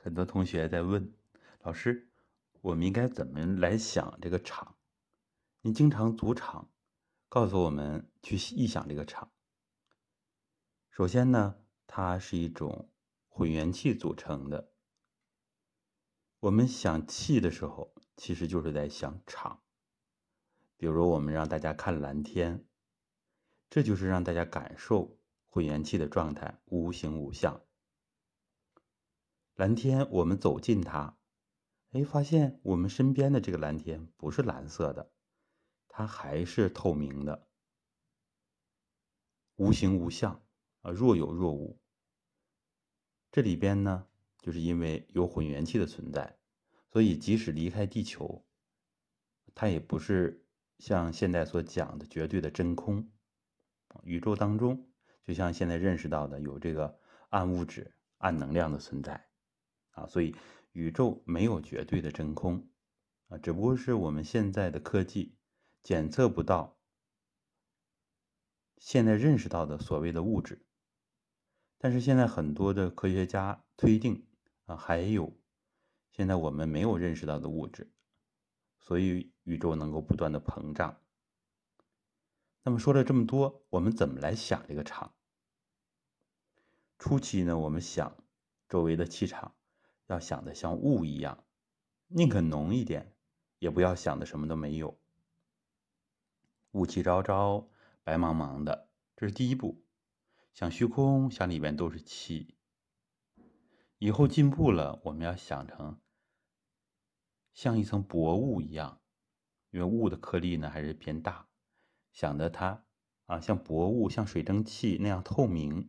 很多同学在问老师，我们应该怎么来想这个场？您经常组场，告诉我们去臆想这个场。首先呢，它是一种混元气组成的。我们想气的时候，其实就是在想场。比如我们让大家看蓝天，这就是让大家感受混元气的状态，无形无相。蓝天，我们走近它，发现我们身边的这个蓝天不是蓝色的，它还是透明的，无形无相若有若无。这里边呢，就是因为有混元气的存在，所以即使离开地球，它也不是像现在所讲的绝对的真空。宇宙当中，就像现在认识到的，有这个暗物质、暗能量的存在所以宇宙没有绝对的真空只不过是我们现在的科技检测不到现在认识到的所谓的物质。但是现在很多的科学家推定还有现在我们没有认识到的物质，所以宇宙能够不断的膨胀。那么说了这么多，我们怎么来想这个场？初期呢，我们想周围的气场要想的像雾一样，宁可浓一点，也不要想的什么都没有，雾气昭昭，白茫茫的，这是第一步。想虚空，想里面都是气。以后进步了，我们要想成像一层薄雾一样，因为雾的颗粒呢还是偏大，想的它像薄雾，像水蒸气那样透明。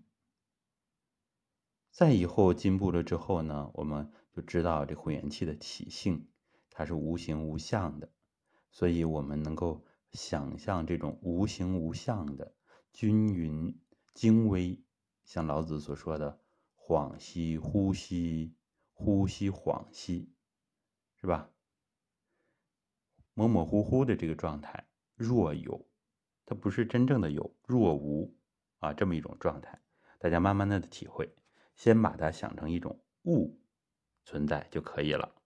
再以后进步了之后呢，我们就知道这混元气的体性，它是无形无相的，所以我们能够想象这种无形无相的均匀精微，像老子所说的恍兮惚兮，惚兮恍兮，是吧？模模糊糊的这个状态，若有，它不是真正的有，若无这么一种状态，大家慢慢的体会，先把它想成一种物存在就可以了。